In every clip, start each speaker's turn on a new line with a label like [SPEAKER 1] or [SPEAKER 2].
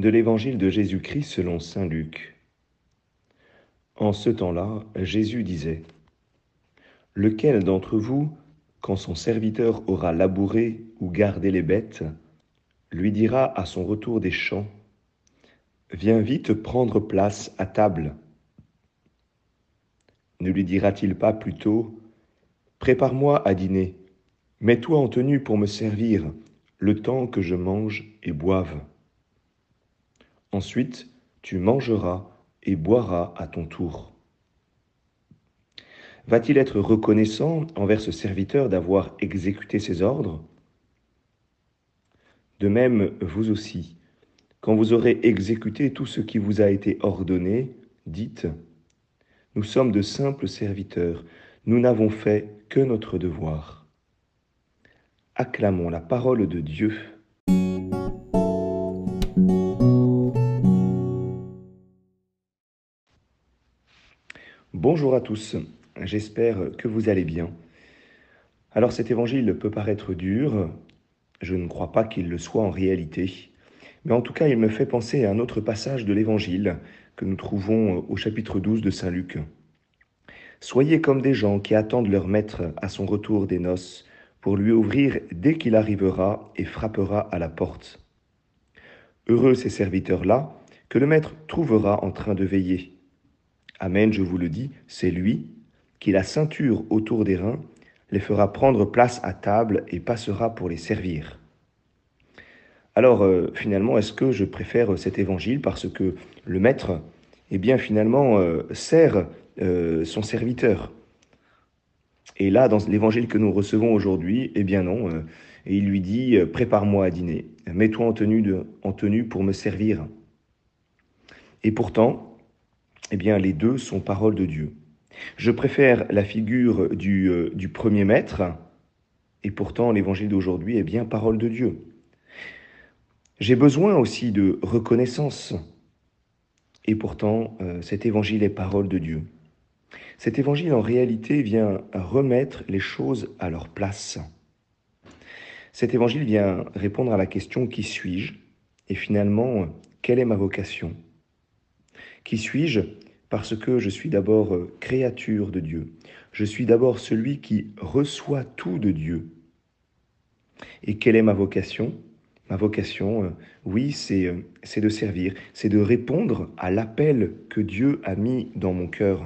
[SPEAKER 1] De l'Évangile de Jésus-Christ selon saint Luc. En ce temps-là, Jésus disait : « Lequel d'entre vous, quand son serviteur aura labouré ou gardé les bêtes, lui dira à son retour des champs : Viens vite prendre place à table ? Ne lui dira-t-il pas plutôt : Prépare-moi à dîner, mets-toi en tenue pour me servir, le temps que je mange et boive. Ensuite, tu mangeras et boiras à ton tour. » Va-t-il être reconnaissant envers ce serviteur d'avoir exécuté ses ordres ? De même, vous aussi, quand vous aurez exécuté tout ce qui vous a été ordonné, dites : Nous sommes de simples serviteurs, nous n'avons fait que notre devoir. Acclamons la parole de Dieu. Bonjour à tous, j'espère que vous allez bien. Alors cet évangile peut paraître dur, je ne crois pas qu'il le soit en réalité, mais en tout cas il me fait penser à un autre passage de l'évangile que nous trouvons au chapitre 12 de saint Luc. Soyez comme des gens qui attendent leur maître à son retour des noces pour lui ouvrir dès qu'il arrivera et frappera à la porte. Heureux ces serviteurs-là que le maître trouvera en train de veiller. Amen, je vous le dis, c'est lui qui, la ceinture autour des reins, les fera prendre place à table et passera pour les servir. Alors, finalement, est-ce que je préfère cet évangile parce que le maître, eh bien, finalement, sert son serviteur ? Et là, dans l'évangile que nous recevons aujourd'hui, eh bien non, et il lui dit « Prépare-moi à dîner, mets-toi en tenue pour me servir ». Et pourtant, eh bien, les deux sont paroles de Dieu. Je préfère la figure du premier maître, et pourtant l'évangile d'aujourd'hui est bien parole de Dieu. J'ai besoin aussi de reconnaissance, et pourtant cet évangile est parole de Dieu. Cet évangile en réalité vient remettre les choses à leur place. Cet évangile vient répondre à la question « Qui suis-je ?» et finalement « Quelle est ma vocation ?» Qui suis-je ? Parce que je suis d'abord créature de Dieu. Je suis d'abord celui qui reçoit tout de Dieu. Et quelle est ma vocation ? Ma vocation, oui, c'est de servir, c'est de répondre à l'appel que Dieu a mis dans mon cœur.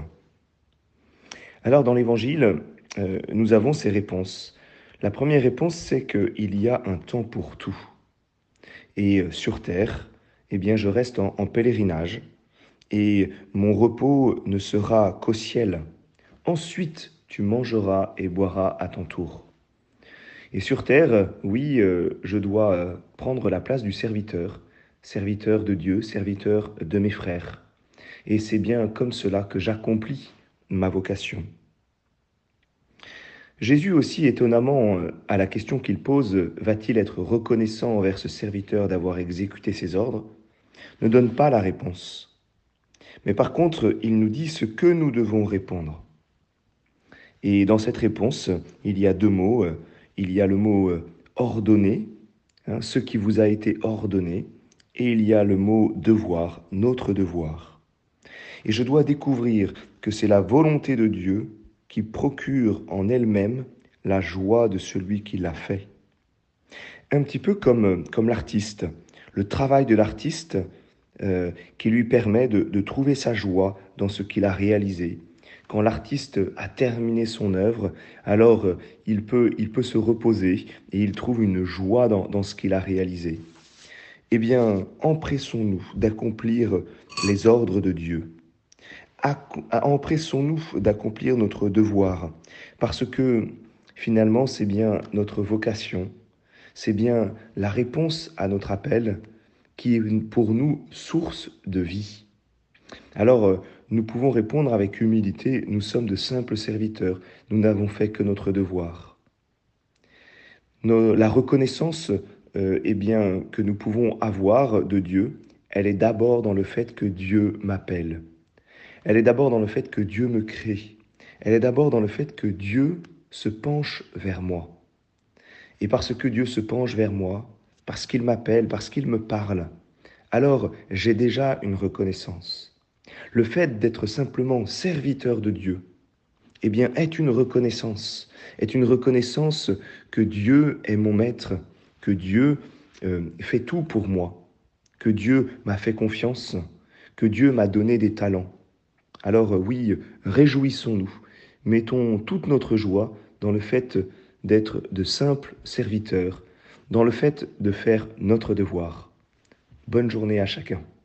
[SPEAKER 1] Alors dans l'Évangile, nous avons ces réponses. La première réponse, c'est qu'il y a un temps pour tout. Et sur terre, eh bien, je reste en pèlerinage et mon repos ne sera qu'au ciel. Ensuite, tu mangeras et boiras à ton tour. Et sur terre, oui, je dois prendre la place du serviteur, serviteur de Dieu, serviteur de mes frères. Et c'est bien comme cela que j'accomplis ma vocation. Jésus aussi, étonnamment, à la question qu'il pose, va-t-il être reconnaissant envers ce serviteur d'avoir exécuté ses ordres, ne donne pas la réponse. Mais par contre, il nous dit ce que nous devons répondre. Et dans cette réponse, il y a deux mots. Il y a le mot ordonné, ce qui vous a été ordonné, et il y a le mot devoir, notre devoir. Et je dois découvrir que c'est la volonté de Dieu qui procure en elle-même la joie de celui qui l'a fait. Un petit peu comme l'artiste, le travail de l'artiste qui lui permet de trouver sa joie dans ce qu'il a réalisé. Quand l'artiste a terminé son œuvre, alors il peut se reposer et il trouve une joie dans ce qu'il a réalisé. Eh bien, empressons-nous d'accomplir les ordres de Dieu. Empressons-nous d'accomplir notre devoir, parce que finalement, c'est bien notre vocation, c'est bien la réponse à notre appel qui est pour nous source de vie. Alors, nous pouvons répondre avec humilité, nous sommes de simples serviteurs, nous n'avons fait que notre devoir. La reconnaissance eh bien, que nous pouvons avoir de Dieu, elle est d'abord dans le fait que Dieu m'appelle. Elle est d'abord dans le fait que Dieu me crée. Elle est d'abord dans le fait que Dieu se penche vers moi. Et parce que Dieu se penche vers moi, parce qu'il m'appelle, parce qu'il me parle, alors j'ai déjà une reconnaissance. Le fait d'être simplement serviteur de Dieu, eh bien, est une reconnaissance que Dieu est mon maître, que Dieu fait tout pour moi, que Dieu m'a fait confiance, que Dieu m'a donné des talents. Alors oui, réjouissons-nous, mettons toute notre joie dans le fait d'être de simples serviteurs, dans le fait de faire notre devoir. Bonne journée à chacun.